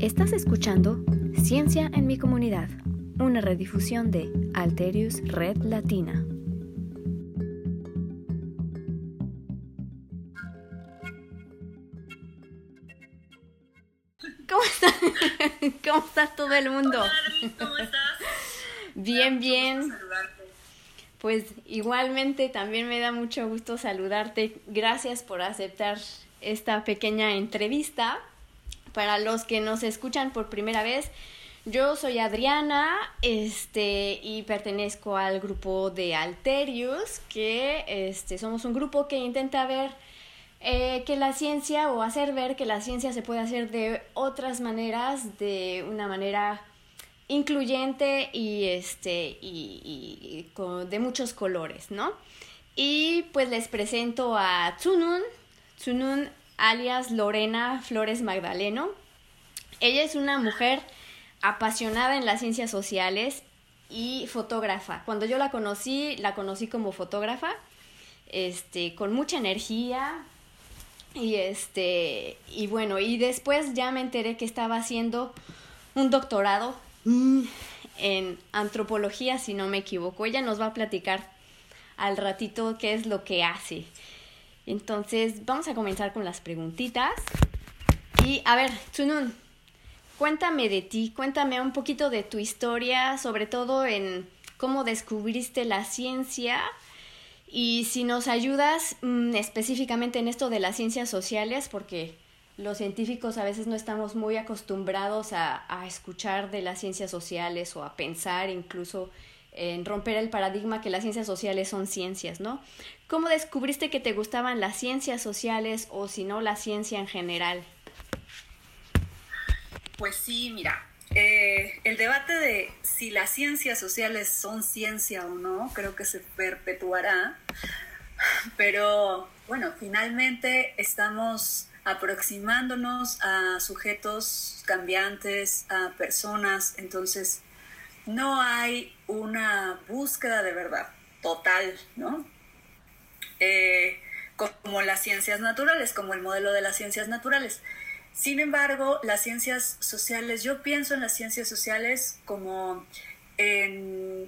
Estás escuchando Ciencia en mi comunidad, una redifusión de Alterius Red Latina. ¿Cómo estás? ¿Cómo está todo el mundo? Hola, Luis, ¿cómo estás? Bien, Me da bien. mucho gusto saludarte. Pues igualmente también me da mucho gusto saludarte. Gracias por aceptar esta pequeña entrevista. Para los que nos escuchan por primera vez, yo soy Adriana, y pertenezco al grupo de Alterius, que somos un grupo que intenta ver que la ciencia, o hacer ver que la ciencia se puede hacer de otras maneras, de una manera incluyente y de muchos colores, ¿no? Y pues les presento a Tsunun alias Lorena Flores Magdaleno. Ella es una mujer apasionada en las ciencias sociales y fotógrafa. Cuando yo la conocí como fotógrafa, con mucha energía. Y bueno, y después ya me enteré que estaba haciendo un doctorado en antropología, si no me equivoco. Ella nos va a platicar al ratito qué es lo que hace. Entonces, vamos a comenzar con las preguntitas. Y, a ver, Tsunun, cuéntame de ti, cuéntame un poquito de tu historia, sobre todo en cómo descubriste la ciencia. Y si nos ayudas específicamente en esto de las ciencias sociales, porque los científicos a veces no estamos muy acostumbrados a escuchar de las ciencias sociales o a pensar incluso en romper el paradigma que las ciencias sociales son ciencias, ¿no? ¿Cómo descubriste que te gustaban las ciencias sociales o si no la ciencia en general? Pues sí, mira, el debate de si las ciencias sociales son ciencia o no, creo que se perpetuará, pero bueno, finalmente estamos aproximándonos a sujetos cambiantes, a personas, entonces no hay una búsqueda de verdad total, ¿no? Como las ciencias naturales, como el modelo de las ciencias naturales. Sin embargo, las ciencias sociales, yo pienso en las ciencias sociales como en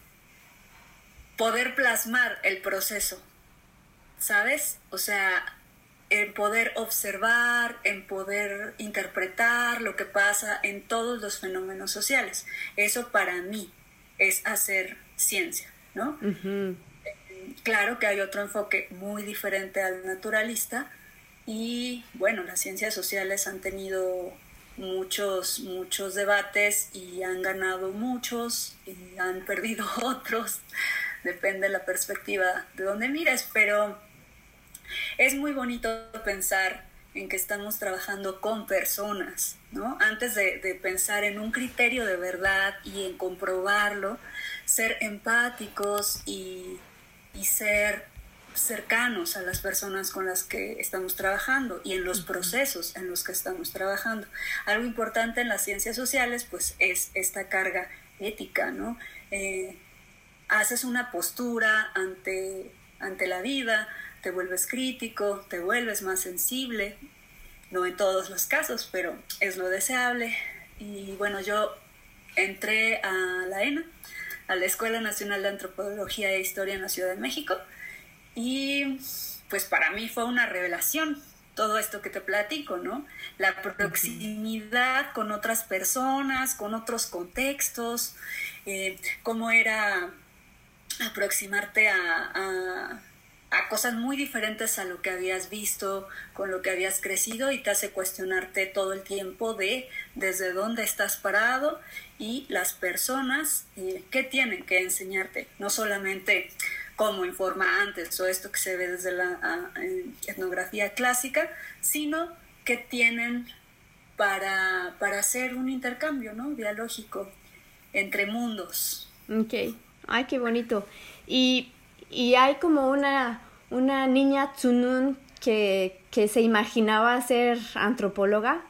poder plasmar el proceso, ¿sabes? O sea, en poder observar, en poder interpretar lo que pasa en todos los fenómenos sociales. Eso para mí es hacer ciencia, ¿no? Uh-huh. Claro que hay otro enfoque muy diferente al naturalista y bueno, las ciencias sociales han tenido muchos debates y han ganado muchos y han perdido otros, depende de la perspectiva de donde mires, pero es muy bonito pensar en que estamos trabajando con personas, ¿no? Antes de pensar en un criterio de verdad y en comprobarlo, ser empáticos y ser cercanos a las personas con las que estamos trabajando y en los procesos en los que estamos trabajando. Algo importante en las ciencias sociales pues es esta carga ética, ¿no? Haces una postura ante la vida, te vuelves crítico, te vuelves más sensible, no en todos los casos, pero es lo deseable. Y bueno, yo entré a la ENA, a la Escuela Nacional de Antropología e Historia en la Ciudad de México, y pues para mí fue una revelación todo esto que te platico, ¿no? La proximidad con otras personas, con otros contextos, cómo era aproximarte a cosas muy diferentes a lo que habías visto, con lo que habías crecido, y te hace cuestionarte todo el tiempo de desde dónde estás parado y las personas qué tienen que enseñarte, no solamente como informantes o esto que se ve desde la etnografía clásica, sino que tienen para hacer un intercambio, ¿no? Dialógico entre mundos. Ok, ay, qué bonito. Y hay como una niña Tsunun que se imaginaba ser antropóloga.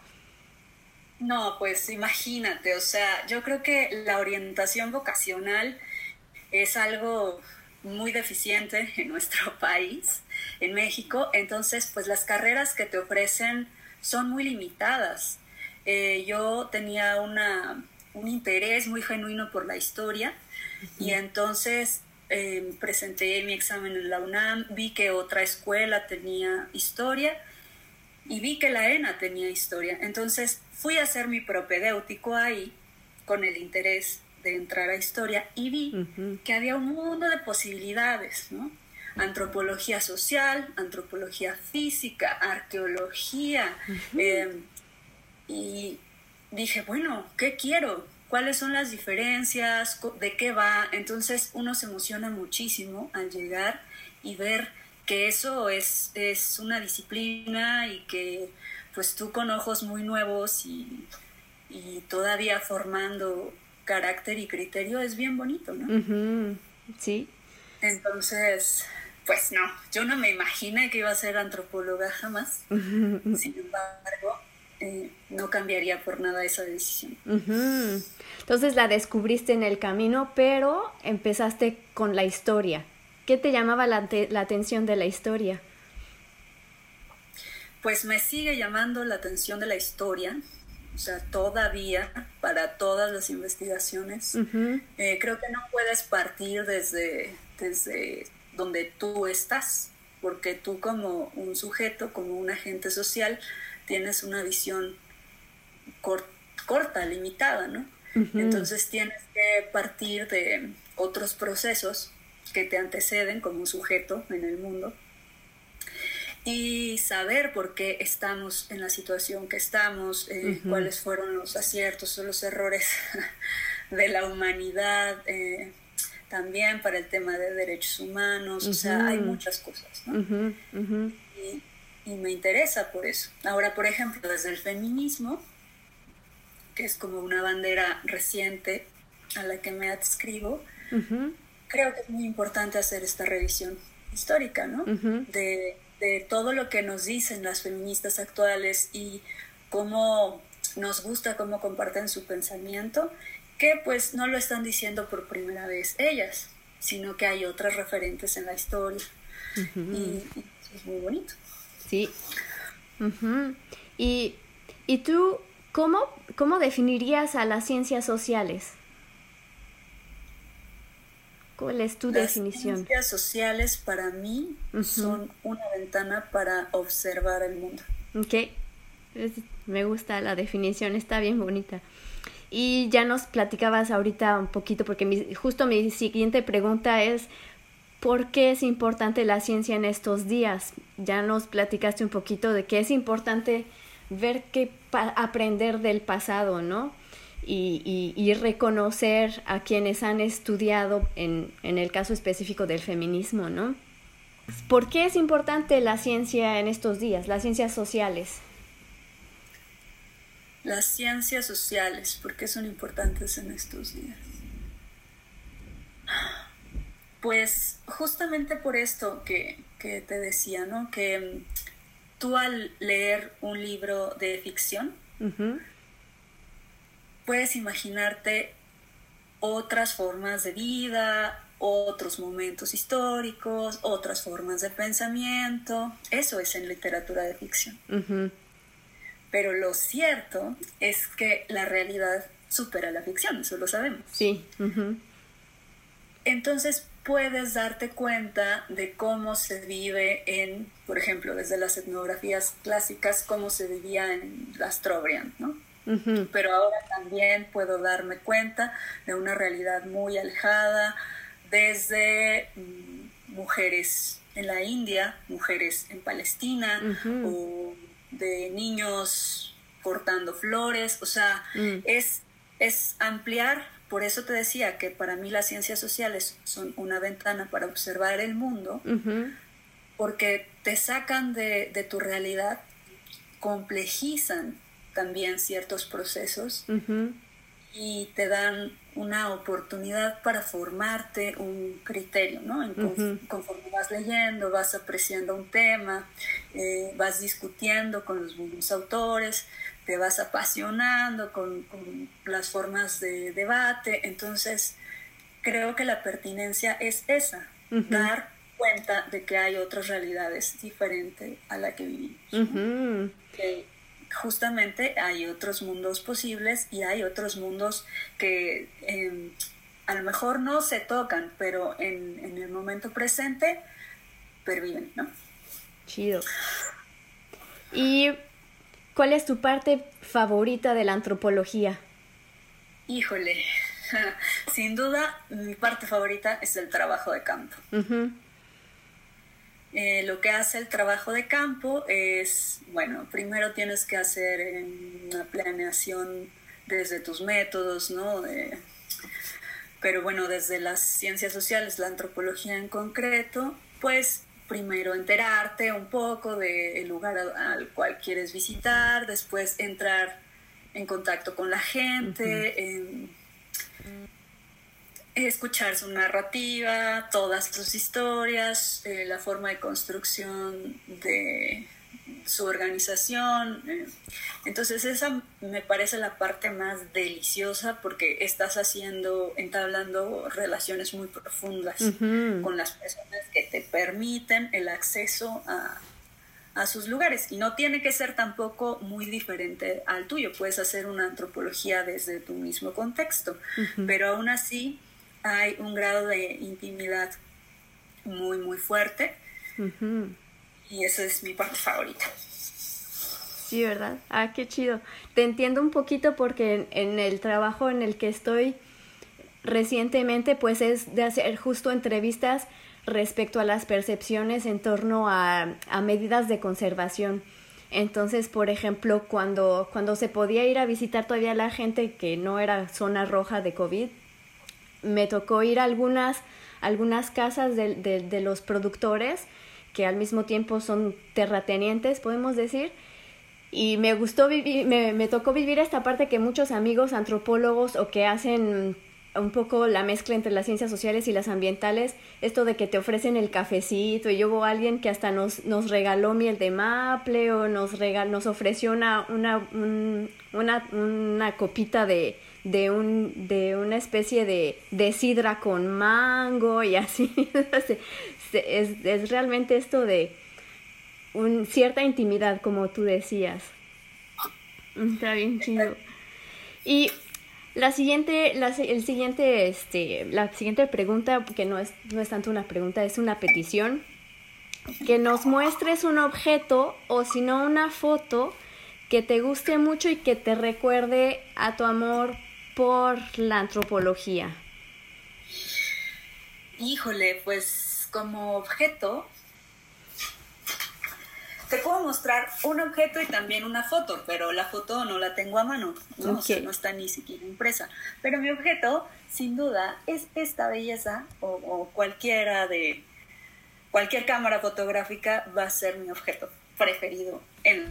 No, pues imagínate, o sea, yo creo que la orientación vocacional es algo muy deficiente en nuestro país, en México, entonces pues las carreras que te ofrecen son muy limitadas. yo tenía un interés muy genuino por la historia y entonces presenté mi examen en la UNAM, vi que otra escuela tenía historia y vi que la ENA tenía historia. Entonces fui a hacer mi propedéutico ahí con el interés de entrar a historia y vi que había un mundo de posibilidades, ¿no? Antropología social, antropología física, arqueología, y dije, bueno, ¿qué quiero? ¿Cuáles son las diferencias? ¿De qué va? Entonces uno se emociona muchísimo al llegar y ver que eso es una disciplina y que pues tú con ojos muy nuevos y todavía formando carácter y criterio es bien bonito, ¿no? Sí. Entonces, pues no, yo no me imaginé que iba a ser antropóloga jamás. Sin embargo, no cambiaría por nada esa decisión. Entonces la descubriste en el camino, pero empezaste con la historia. ¿Qué te llamaba la atención de la historia? Pues me sigue llamando la atención de la historia, o sea, todavía para todas las investigaciones. Creo que no puedes partir desde donde tú estás, porque tú como un sujeto, como un agente social, tienes una visión corta, limitada, ¿no? Entonces tienes que partir de otros procesos que te anteceden como un sujeto en el mundo y saber por qué estamos en la situación que estamos, cuáles fueron los aciertos o los errores de la humanidad, también para el tema de derechos humanos, o sea, hay muchas cosas, ¿no? Y me interesa por eso. Ahora, por ejemplo, desde el feminismo, que es como una bandera reciente a la que me adscribo, creo que es muy importante hacer esta revisión histórica, ¿no? De todo lo que nos dicen las feministas actuales y cómo nos gusta, cómo comparten su pensamiento, que pues no lo están diciendo por primera vez ellas, sino que hay otras referentes en la historia. Y eso es muy bonito. Sí. ¿Y tú cómo definirías a las ciencias sociales? ¿Cuál es tu definición? Las ciencias sociales para mí son una ventana para observar el mundo. Ok, me gusta la definición, está bien bonita. Y ya nos platicabas ahorita un poquito, porque justo mi siguiente pregunta es, ¿por qué es importante la ciencia en estos días? Ya nos platicaste un poquito de que es importante ver aprender del pasado, ¿no? Y reconocer a quienes han estudiado en el caso específico del feminismo, ¿no? ¿Por qué es importante la ciencia en estos días, las ciencias sociales? Las ciencias sociales, ¿por qué son importantes en estos días? Pues justamente por esto que te decía, ¿no? Que tú al leer un libro de ficción, puedes imaginarte otras formas de vida, otros momentos históricos, otras formas de pensamiento. Eso es en literatura de ficción. Pero lo cierto es que la realidad supera la ficción, eso lo sabemos. Sí. Entonces puedes darte cuenta de cómo se vive por ejemplo, desde las etnografías clásicas, cómo se vivía en las Trobriand, ¿no? Pero ahora también puedo darme cuenta de una realidad muy alejada, desde mujeres en la India, mujeres en Palestina, o de niños cortando flores, o sea, es ampliar. Por eso te decía que para mí las ciencias sociales son una ventana para observar el mundo, porque te sacan de tu realidad, complejizan también ciertos procesos y te dan una oportunidad para formarte un criterio, ¿no? Conforme vas leyendo, vas apreciando un tema, vas discutiendo con los mismos autores, te vas apasionando con las formas de debate. Entonces creo que la pertinencia es esa, dar cuenta de que hay otras realidades diferentes a la que vivimos, ¿no? justamente hay otros mundos posibles y hay otros mundos que a lo mejor no se tocan, pero en el momento presente perviven, ¿no? Chido. ¿Y cuál es tu parte favorita de la antropología? Híjole, sin duda mi parte favorita es el trabajo de campo. Uh-huh. Lo que hace el trabajo de campo es, bueno, primero tienes que hacer una planeación desde tus métodos, ¿no? Pero bueno, desde las ciencias sociales, la antropología en concreto, pues primero enterarte un poco del lugar al cual quieres visitar, después entrar en contacto con la gente, escuchar su narrativa, todas sus historias, la forma de construcción de su organización. Entonces esa me parece la parte más deliciosa porque estás entablando relaciones muy profundas con las personas que te permiten el acceso a sus lugares. Y no tiene que ser tampoco muy diferente al tuyo. Puedes hacer una antropología desde tu mismo contexto, pero aún así hay un grado de intimidad muy, muy fuerte. Y esa es mi parte favorita. Sí, ¿verdad? Ah, qué chido. Te entiendo un poquito porque en el trabajo en el que estoy recientemente, pues es de hacer justo entrevistas respecto a las percepciones en torno a medidas de conservación. Entonces, por ejemplo, cuando se podía ir a visitar todavía la gente que no era zona roja de COVID, me tocó ir a algunas casas de los productores que al mismo tiempo son terratenientes, podemos decir, y me gustó me tocó vivir esta parte que muchos amigos antropólogos o que hacen un poco la mezcla entre las ciencias sociales y las ambientales, esto de que te ofrecen el cafecito, y hubo alguien que hasta nos regaló miel de maple o nos ofreció una copita de una especie de sidra con mango y así. Es realmente esto de cierta intimidad, como tú decías. Está bien chido. Y la siguiente pregunta, que no es tanto una pregunta, es una petición, que nos muestres un objeto o si no una foto que te guste mucho y que te recuerde a tu amor por la antropología. Híjole, pues como objeto te puedo mostrar un objeto y también una foto, pero la foto no la tengo a mano, ¿no? Okay. O sea, no está ni siquiera impresa. Pero mi objeto, sin duda, es esta belleza, o cualquier cámara fotográfica va a ser mi objeto preferido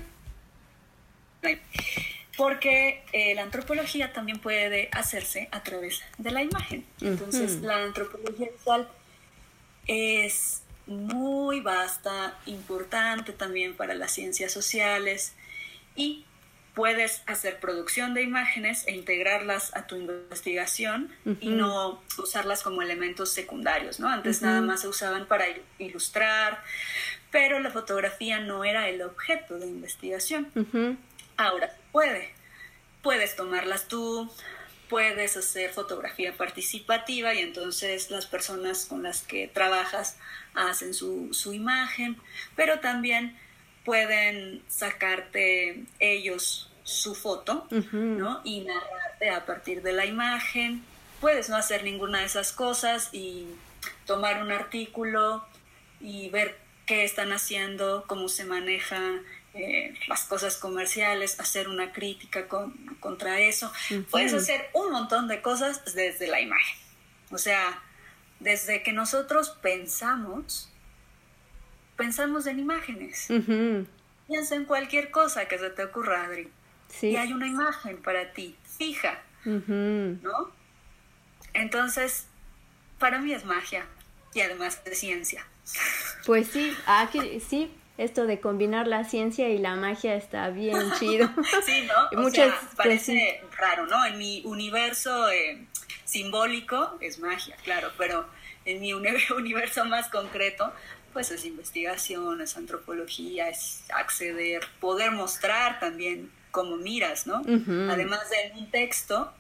porque la antropología también puede hacerse a través de la imagen. Entonces, la antropología visual es muy vasta, importante también para las ciencias sociales, y puedes hacer producción de imágenes e integrarlas a tu investigación y no usarlas como elementos secundarios, ¿no? Antes nada más se usaban para ilustrar, pero la fotografía no era el objeto de investigación. Ahora puedes tomarlas tú, puedes hacer fotografía participativa y entonces las personas con las que trabajas hacen su imagen, pero también pueden sacarte ellos su foto, ¿no? Y narrarte a partir de la imagen. Puedes no hacer ninguna de esas cosas y tomar un artículo y ver qué están haciendo, cómo se manejan las cosas comerciales, hacer una crítica contra eso. Puedes hacer un montón de cosas desde la imagen. O sea, desde que nosotros pensamos en imágenes. Piensa en cualquier cosa que se te ocurra, Adri. Sí. Y hay una imagen para ti, fija, ¿no? Entonces, para mí es magia y además de ciencia. Pues sí, sí. Esto de combinar la ciencia y la magia está bien chido. Sí, ¿no? O sea, parece raro, ¿no? En mi universo simbólico es magia, claro, pero en mi universo más concreto pues es investigación, es antropología, es acceder, poder mostrar también cómo miras, ¿no? Uh-huh. Además de un texto,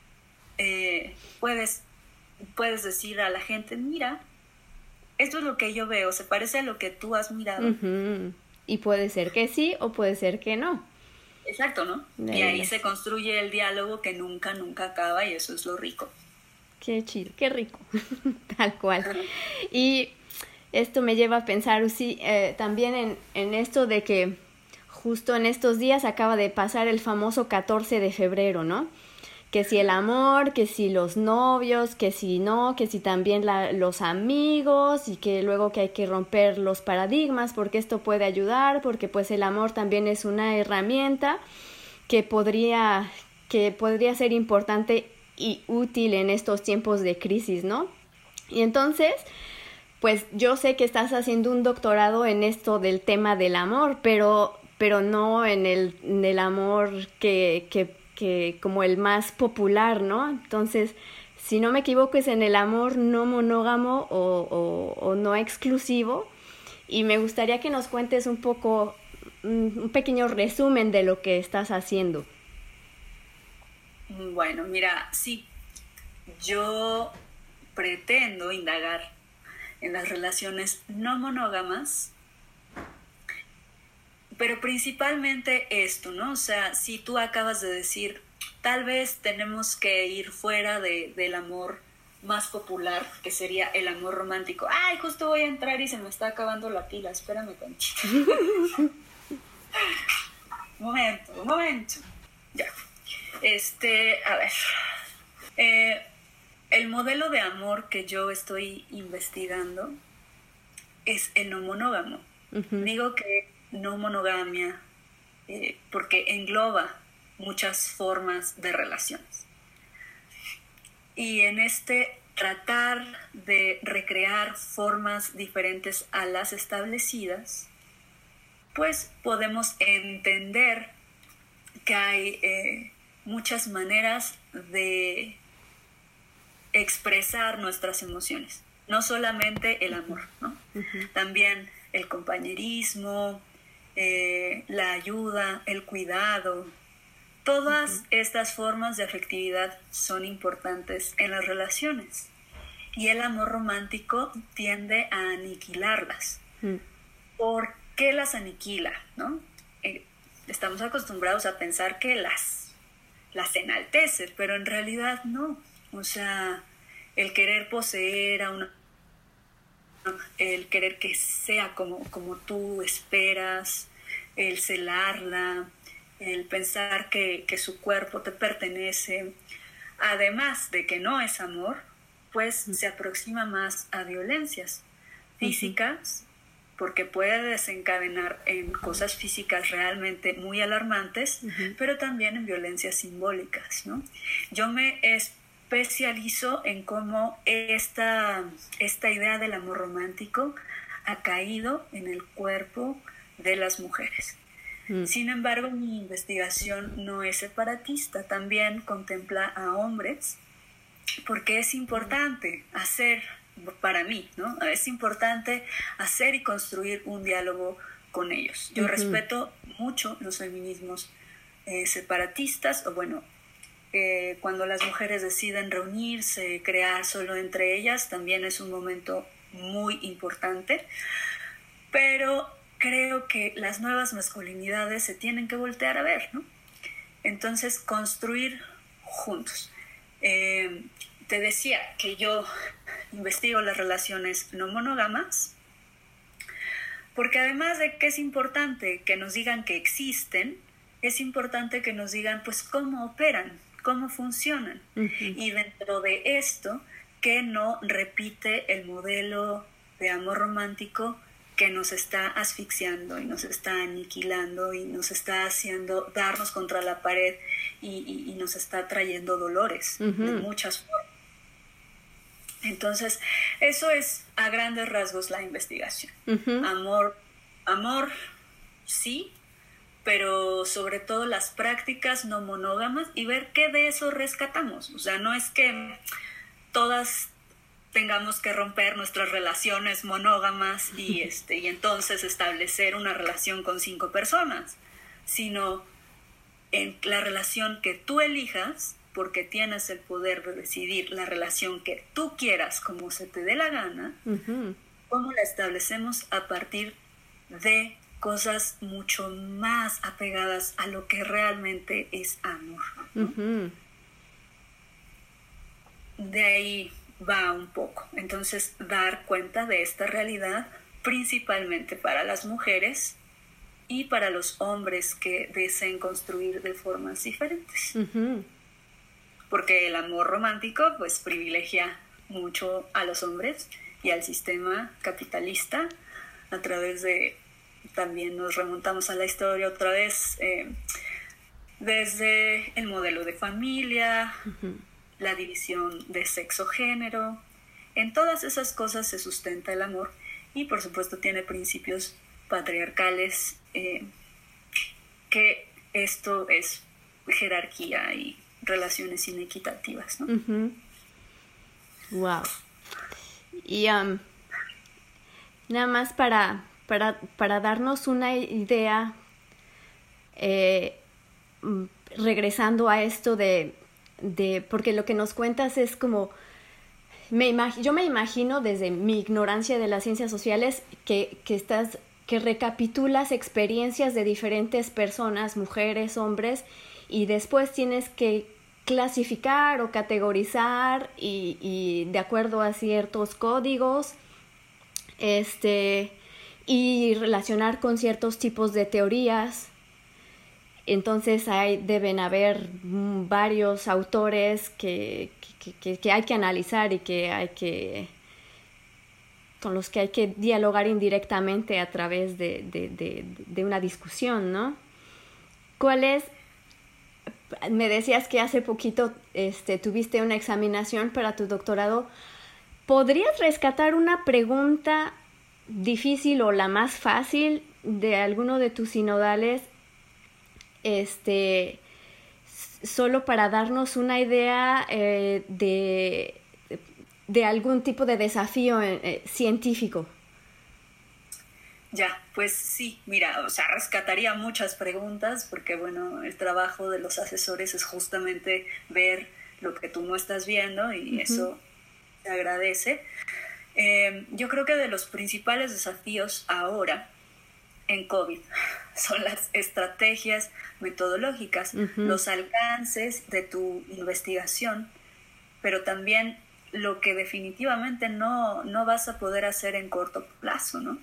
puedes decir a la gente, mira, esto es lo que yo veo, se parece a lo que tú has mirado. Uh-huh. Y puede ser que sí o puede ser que no. Exacto, ¿no? Y ahí se construye el diálogo que nunca, nunca acaba, y eso es lo rico. Qué chido, qué rico, tal cual. Y esto me lleva a pensar, sí, también en esto de que justo en estos días acaba de pasar el famoso 14 de febrero, ¿no? Que si el amor, que si los novios, que si no, que si también los amigos, y que luego que hay que romper los paradigmas porque esto puede ayudar, porque pues el amor también es una herramienta que podría ser importante y útil en estos tiempos de crisis, ¿no? Y entonces, pues yo sé que estás haciendo un doctorado en esto del tema del amor, pero no en el amor que como el más popular, ¿no? Entonces, si no me equivoco, es en el amor no monógamo o no exclusivo. Y me gustaría que nos cuentes un poco, un pequeño resumen de lo que estás haciendo. Bueno, mira, sí, yo pretendo indagar en las relaciones no monógamas, pero principalmente esto, ¿no? O sea, si tú acabas de decir, tal vez tenemos que ir fuera del amor más popular, que sería el amor romántico. Ay, justo voy a entrar y se me está acabando la pila, espérame tantito. Un momento. Ya. A ver. El modelo de amor que yo estoy investigando es el no monógamo. Uh-huh. Digo que no monogamia porque engloba muchas formas de relaciones. Y en este tratar de recrear formas diferentes a las establecidas, pues podemos entender que hay muchas maneras de expresar nuestras emociones, no solamente el amor, ¿no? Uh-huh. También el compañerismo, la ayuda, el cuidado. Todas uh-huh. estas formas de afectividad son importantes en las relaciones, y el amor romántico tiende a aniquilarlas. Uh-huh. ¿Por qué las aniquila, no? Estamos acostumbrados a pensar que las enaltece, pero en realidad no. O sea, el querer poseer a una, el querer que sea como tú esperas, el celarla, el pensar que su cuerpo te pertenece, además de que no es amor, pues se aproxima más a violencias físicas, porque puede desencadenar en cosas físicas realmente muy alarmantes, pero también en violencias simbólicas, ¿no? Yo me especializo en cómo esta idea del amor romántico ha caído en el cuerpo de las mujeres. Sin embargo, mi investigación no es separatista, también contempla a hombres, porque es importante hacer, para mí, ¿no? Es importante hacer y construir un diálogo con ellos. Yo respeto mucho los feminismos separatistas, o bueno, cuando las mujeres deciden reunirse, crear solo entre ellas, también es un momento muy importante, pero creo que las nuevas masculinidades se tienen que voltear a ver, ¿no? Entonces, construir juntos. Te decía que yo investigo las relaciones no monógamas, porque además de que es importante que nos digan que existen, es importante que nos digan pues cómo operan, cómo funcionan. Y dentro de esto, que no repite el modelo de amor romántico que nos está asfixiando y nos está aniquilando y nos está haciendo darnos contra la pared y nos está trayendo dolores de muchas formas. Entonces, eso es a grandes rasgos la investigación. Amor, sí, pero sobre todo las prácticas no monógamas y ver qué de eso rescatamos. O sea, no es que todas tengamos que romper nuestras relaciones monógamas y entonces establecer una relación con 5 personas, sino en la relación que tú elijas, porque tienes el poder de decidir la relación que tú quieras como se te dé la gana, cómo la establecemos a partir de cosas mucho más apegadas a lo que realmente es amor, ¿no? De ahí va un poco. Entonces, dar cuenta de esta realidad, principalmente para las mujeres y para los hombres que deseen construir de formas diferentes. Porque el amor romántico, pues, privilegia mucho a los hombres y al sistema capitalista a través de, también nos remontamos a la historia otra vez, desde el modelo de familia, la división de sexo-género. En todas esas cosas se sustenta el amor y por supuesto tiene principios patriarcales, que esto es jerarquía y relaciones inequitativas, ¿no? Wow. Y nada más para darnos una idea, regresando a esto de porque lo que nos cuentas es como, yo me imagino desde mi ignorancia de las ciencias sociales que recapitulas experiencias de diferentes personas, mujeres, hombres, y después tienes que clasificar o categorizar y de acuerdo a ciertos códigos, y relacionar con ciertos tipos de teorías. Entonces deben haber varios autores que hay que analizar y con los que hay que dialogar indirectamente a través de una discusión, ¿no? ¿Cuál es? Me decías que hace poquito tuviste una examinación para tu doctorado. ¿Podrías rescatar una pregunta difícil o la más fácil de alguno de tus sinodales, solo para darnos una idea de algún tipo de desafío científico? Ya, pues sí, mira, o sea, rescataría muchas preguntas porque, bueno, el trabajo de los asesores es justamente ver lo que tú no estás viendo y eso se agradece. Yo creo que de los principales desafíos ahora en COVID son las estrategias metodológicas, los alcances de tu investigación, pero también lo que definitivamente no vas a poder hacer en corto plazo, ¿no?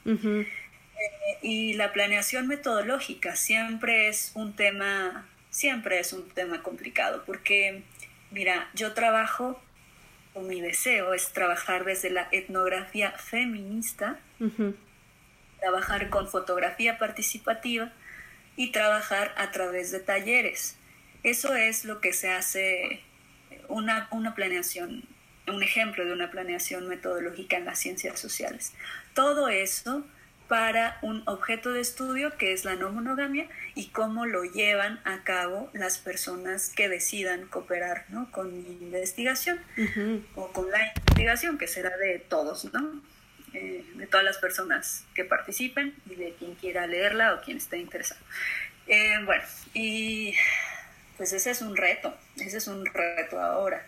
Y la planeación metodológica siempre es un tema complicado, porque, mira, yo trabajo, o mi deseo es trabajar desde la etnografía feminista, trabajar con fotografía participativa y trabajar a través de talleres. Eso es lo que se hace una planeación, un ejemplo de una planeación metodológica en las ciencias sociales. Todo eso para un objeto de estudio que es la no monogamia y cómo lo llevan a cabo las personas que decidan cooperar, ¿no?, con mi investigación o con la investigación, que será de todos, ¿no? De todas las personas que participen y de quien quiera leerla o quien esté interesado. Bueno, y pues ese es un reto ahora.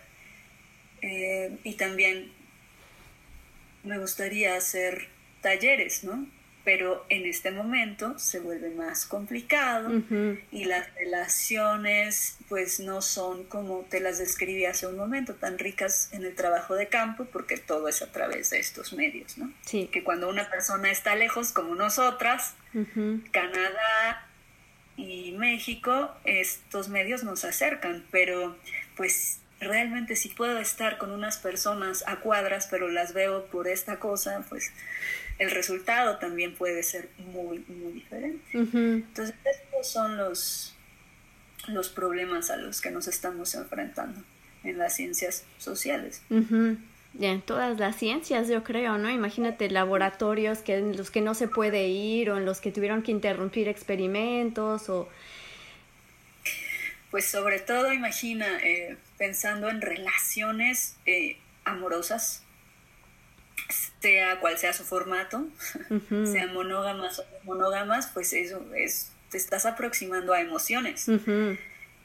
Y también me gustaría hacer talleres, ¿no? Pero en este momento se vuelve más complicado y las relaciones pues no son como te las describí hace un momento, tan ricas en el trabajo de campo, porque todo es a través de estos medios, ¿no? Sí. Que cuando una persona está lejos, como nosotras, Canadá y México, estos medios nos acercan, pero pues realmente si puedo estar con unas personas a cuadras, pero las veo por esta cosa, pues el resultado también puede ser muy, muy diferente. Entonces, estos son los problemas a los que nos estamos enfrentando en las ciencias sociales. Ya, en todas las ciencias, yo creo, ¿no? Imagínate laboratorios en los que no se puede ir o en los que tuvieron que interrumpir experimentos o... Pues sobre todo, imagina, pensando en relaciones amorosas, sea cual sea su formato, Uh-huh. sean monógamas o no monógamas, pues eso es, te estás aproximando a emociones Uh-huh.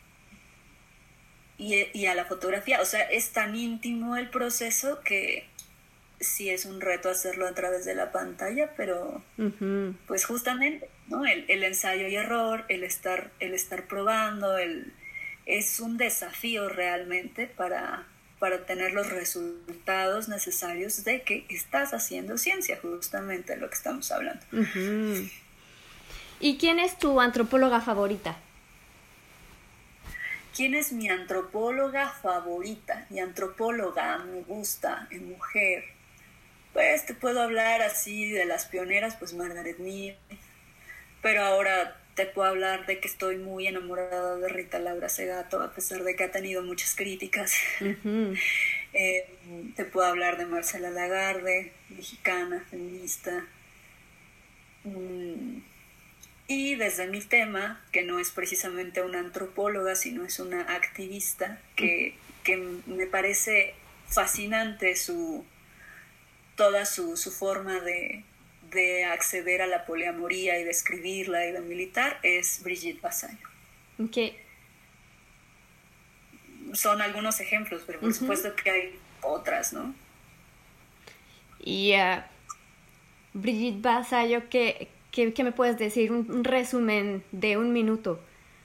y a la fotografía. O sea, es tan íntimo el proceso que sí es un reto hacerlo a través de la pantalla, pero Uh-huh. pues justamente, ¿no? El ensayo y error, el estar probando, es un desafío realmente para tener los resultados necesarios de que estás haciendo ciencia, justamente lo que estamos hablando. Uh-huh. ¿Y quién es tu antropóloga favorita? ¿Quién es mi antropóloga favorita? Mi antropóloga me gusta en mujer. Pues te puedo hablar así de las pioneras, pues Margaret Mead, pero ahora te puedo hablar de que estoy muy enamorada de Rita Laura Segato, a pesar de que ha tenido muchas críticas. Uh-huh. Te puedo hablar de Marcela Lagarde, mexicana, feminista. Y desde mi tema, que no es precisamente una antropóloga, sino es una activista, que me parece fascinante toda su forma de acceder a la poliamoría y de escribirla y de militar, es Brigitte Vasallo. Okay. Son algunos ejemplos, pero por supuesto que hay otras, ¿no? Y Brigitte Vasallo, ¿qué me puedes decir? Un resumen de 1 minuto.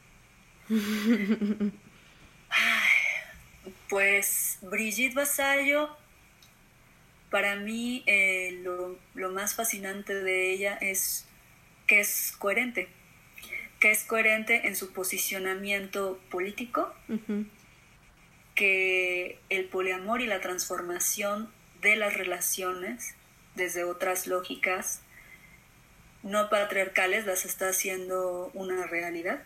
Pues Brigitte Vasallo, para mí lo más fascinante de ella es que es coherente en su posicionamiento político, Uh-huh. que el poliamor y la transformación de las relaciones desde otras lógicas no patriarcales las está haciendo una realidad,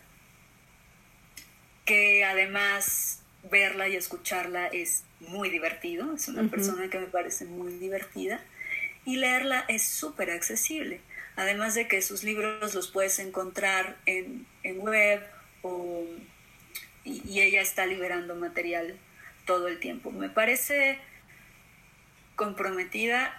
que además verla y escucharla es muy divertido, es una persona que me parece muy divertida, y leerla es súper accesible, además de que sus libros los puedes encontrar en web y ella está liberando material todo el tiempo. Me parece comprometida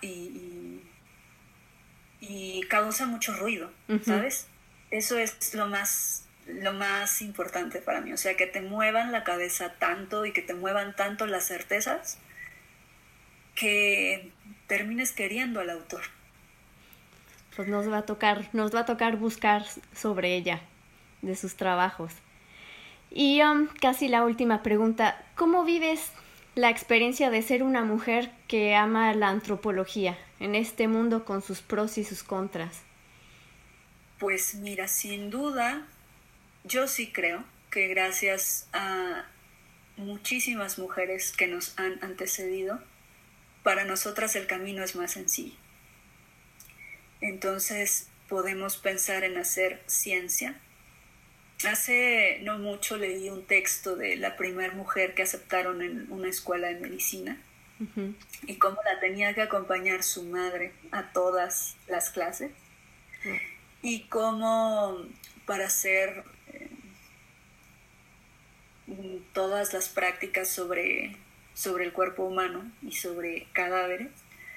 y causa mucho ruido, ¿sabes? Eso es lo más importante para mí, o sea, que te muevan la cabeza tanto y que te muevan tanto las certezas que termines queriendo al autor. Pues nos va a tocar buscar sobre ella, de sus trabajos. Y casi la última pregunta, ¿cómo vives la experiencia de ser una mujer que ama la antropología en este mundo con sus pros y sus contras? Pues mira, sin duda, yo sí creo que gracias a muchísimas mujeres que nos han antecedido, para nosotras el camino es más sencillo. Entonces podemos pensar en hacer ciencia. Hace no mucho leí un texto de la primera mujer que aceptaron en una escuela de medicina y cómo la tenía que acompañar su madre a todas las clases y cómo para hacer todas las prácticas sobre el cuerpo humano y sobre cadáveres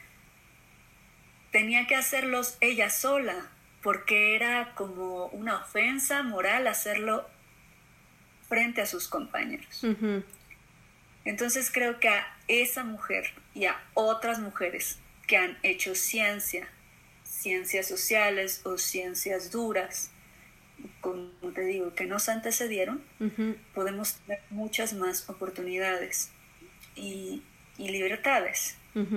tenía que hacerlos ella sola, porque era como una ofensa moral hacerlo frente a sus compañeros. Entonces creo que a esa mujer y a otras mujeres que han hecho ciencias sociales o ciencias duras, como te digo, que nos antecedieron, podemos tener muchas más oportunidades y libertades.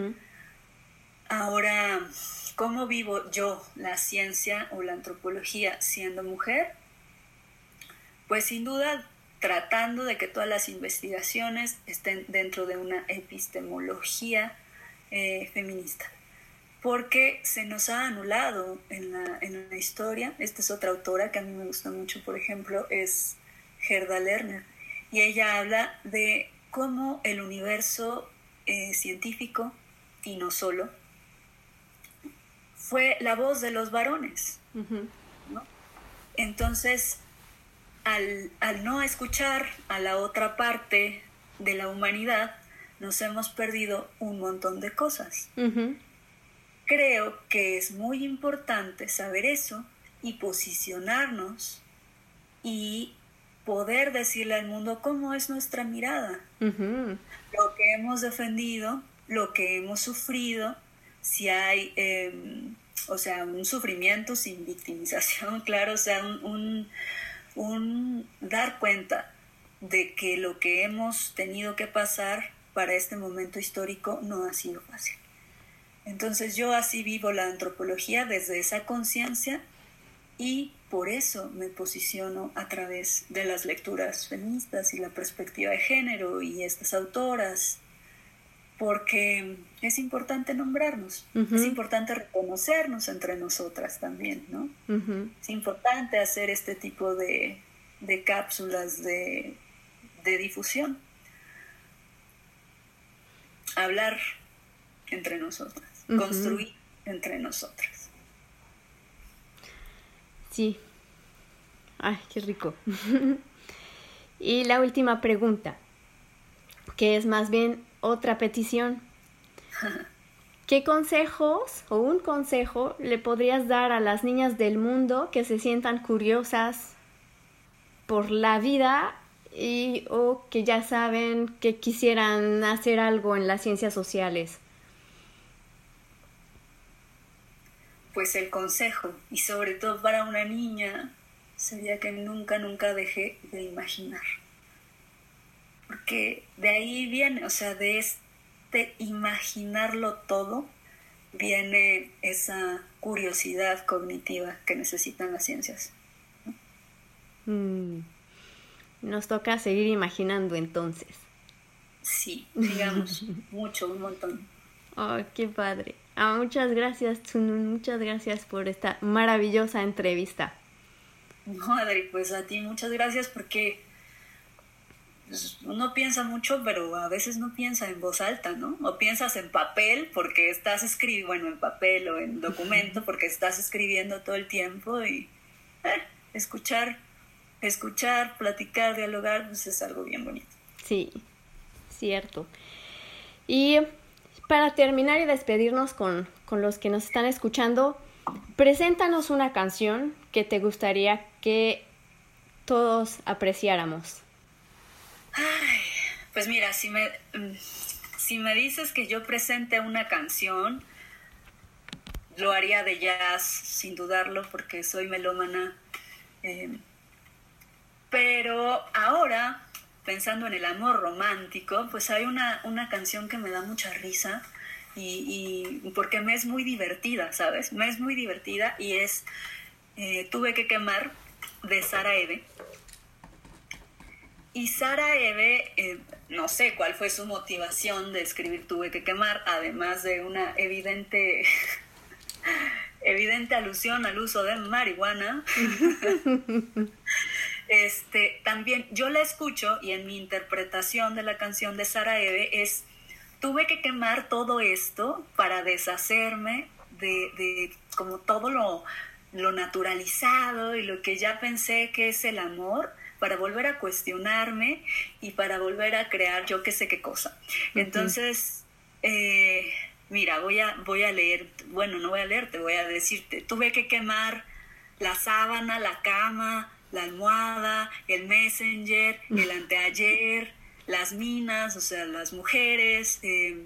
Ahora, ¿cómo vivo yo la ciencia o la antropología siendo mujer? Pues sin duda tratando de que todas las investigaciones estén dentro de una epistemología feminista, porque se nos ha anulado en la historia. Esta es otra autora que a mí me gusta mucho, por ejemplo, es Gerda Lerner, y ella habla de cómo el universo científico, y no solo, fue la voz de los varones, ¿no? Entonces, al no escuchar a la otra parte de la humanidad, nos hemos perdido un montón de cosas. creo que es muy importante saber eso y posicionarnos y poder decirle al mundo cómo es nuestra mirada, lo que hemos defendido, lo que hemos sufrido, si hay, o sea, un sufrimiento sin victimización, claro, o sea, un dar cuenta de que lo que hemos tenido que pasar para este momento histórico no ha sido fácil. Entonces yo así vivo la antropología desde esa conciencia y por eso me posiciono a través de las lecturas feministas y la perspectiva de género y estas autoras, porque es importante nombrarnos, es importante reconocernos entre nosotras también, ¿no? Es importante hacer este tipo de cápsulas de difusión, hablar entre nosotras, construir entre nosotras. Sí. Ay, qué rico. Y la última pregunta, que es más bien otra petición. ¿Qué consejos o un consejo le podrías dar a las niñas del mundo que se sientan curiosas por la vida o que ya saben que quisieran hacer algo en las ciencias sociales? Pues el consejo, y sobre todo para una niña, sería que nunca deje de imaginar. Porque de ahí viene, o sea, de este imaginarlo todo, viene esa curiosidad cognitiva que necesitan las ciencias. Nos toca seguir imaginando entonces. Sí, digamos, mucho, un montón. Oh, qué padre. Muchas gracias, Tsunun, muchas gracias por esta maravillosa entrevista. No, Adri, pues a ti muchas gracias porque uno piensa mucho, pero a veces no piensa en voz alta, ¿no? O piensas en papel porque estás escribiendo, bueno, en papel o en documento porque estás escribiendo todo el tiempo y escuchar, platicar, dialogar, pues es algo bien bonito. Sí, cierto. Y para terminar y despedirnos con los que nos están escuchando, preséntanos una canción que te gustaría que todos apreciáramos. Ay, pues mira, si me dices que yo presente una canción, lo haría de jazz, sin dudarlo, porque soy melómana. Pero ahora, pensando en el amor romántico, pues hay una canción que me da mucha risa y porque me es muy divertida, ¿sabes? Me es muy divertida y es Tuve que quemar, de Sara Eve. Y Sara Eve, no sé cuál fue su motivación de escribir Tuve que quemar, además de una evidente alusión al uso de marihuana. También yo la escucho y en mi interpretación de la canción de Sara Eve es: tuve que quemar todo esto para deshacerme de como todo lo naturalizado y lo que ya pensé que es el amor, para volver a cuestionarme y para volver a crear yo qué sé qué cosa. Entonces, mira, voy a leer, bueno, no voy a leerte, voy a decirte: tuve que quemar la sábana, la cama, la almohada, el messenger, el anteayer, las minas, o sea, las mujeres,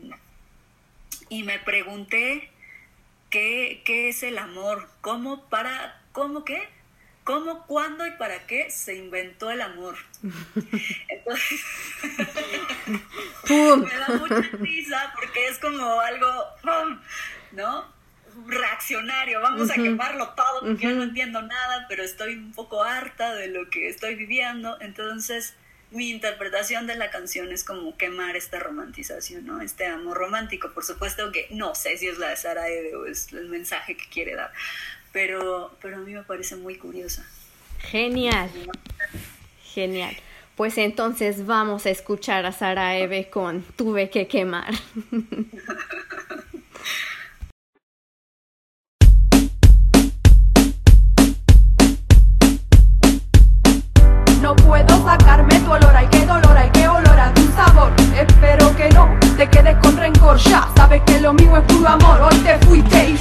y me pregunté qué es el amor, cómo, qué, cómo, cuándo y para qué se inventó el amor. Entonces, me da mucha risa porque es como algo, ¿no? Reaccionario, vamos a quemarlo todo porque yo no entiendo nada, pero estoy un poco harta de lo que estoy viviendo. Entonces mi interpretación de la canción es como quemar esta romantización, ¿no? Este amor romántico. Por supuesto que no sé si es la de Sara Eve o es el mensaje que quiere dar, pero a mí me parece muy curiosa. Genial. Pues entonces vamos a escuchar a Sara Eve con Tuve que quemar. No puedo sacarme tu olor, ay qué dolor, ay qué olor a tu sabor. Espero que no te quedes con rencor, ya sabes que lo mío es puro amor. Hoy te fuiste y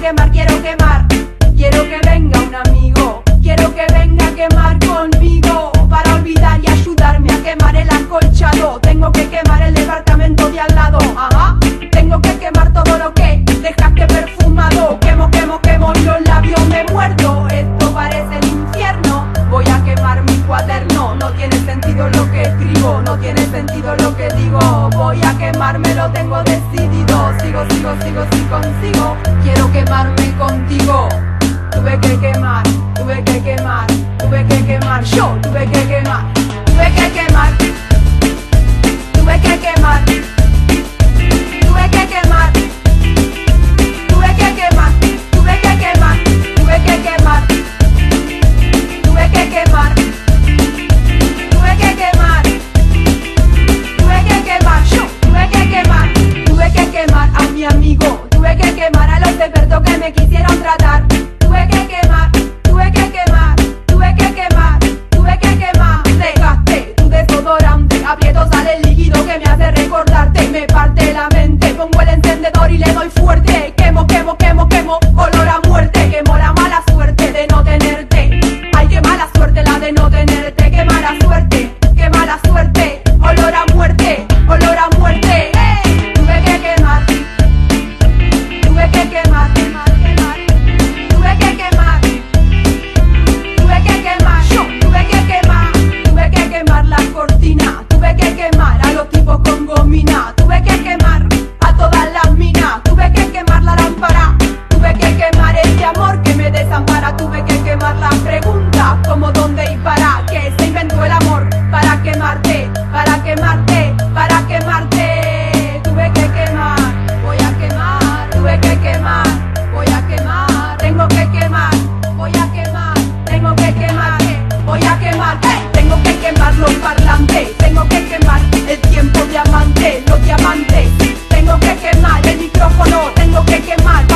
quemar, quiero quemar. Quiero que venga un amigo, quiero que venga a quemar conmigo, para olvidar y ayudarme a quemar el acolchado. Tengo que quemar el departamento de al lado, ajá. Tengo que quemar todo lo que dejaste perfumado. Quemo, quemo, quemo y los labios me muerdo. Esto parece el infierno. Voy a quemar mi cuaderno. No tiene sentido lo que escribo, no tiene sentido lo que digo. Voy a quemarme, lo tengo decidido. Sigo, sigo, sigo, si consigo. Quiero quemarme contigo. Tuve que quemar, tuve que quemar, tuve que quemar. Yo tuve que quemar, tuve que quemar, tuve que quemar, tuve que quemar, tuve que quemar, tuve que quemar, tuve que quemar, tuve que quemar, tuve que quemar, tuve que quemar. Yo tuve que quemar a mi amigo, tuve que quemar a los expertos que me quisieron tratar. Tuve que quemar, tuve que quemar, tuve que quemar, tuve que quemar. Dejaste tu desodorante, aprieto sale el líquido que me hace recordarte. Me parte la mente, pongo el encendedor y le doy fuerte. Quemo, quemo, quemo, quemo, olor a muerte. Quemo la mala suerte de no tenerte. Ay, qué mala suerte la de no tenerte. Qué mala suerte, qué mala suerte. Olor a muerte, olor a muerte. ¡Hey! Tuve que quemar, tuve que quemar, quemar, quemar. Tuve que quemar, tuve que quemar, yo tuve que quemar la cortina, tuve que quemar a los tipos con gomina, tuve que quemar a todas las minas, tuve que quemar la lámpara, tuve que quemar ese amor que me desampara, tuve que quemar la pregunta, como dónde y para qué se inventó el amor, para quemarte, para quemarte, para quemarte, tuve que quemar, voy a quemar, tuve que quemar, voy a quemar, tengo que quemar, voy a quemar, tengo que quemar, voy a quemar, tengo que quemar los parlantes, tengo que quemar el tiempo diamante, los diamantes, tengo que quemar el micrófono, tengo que quemar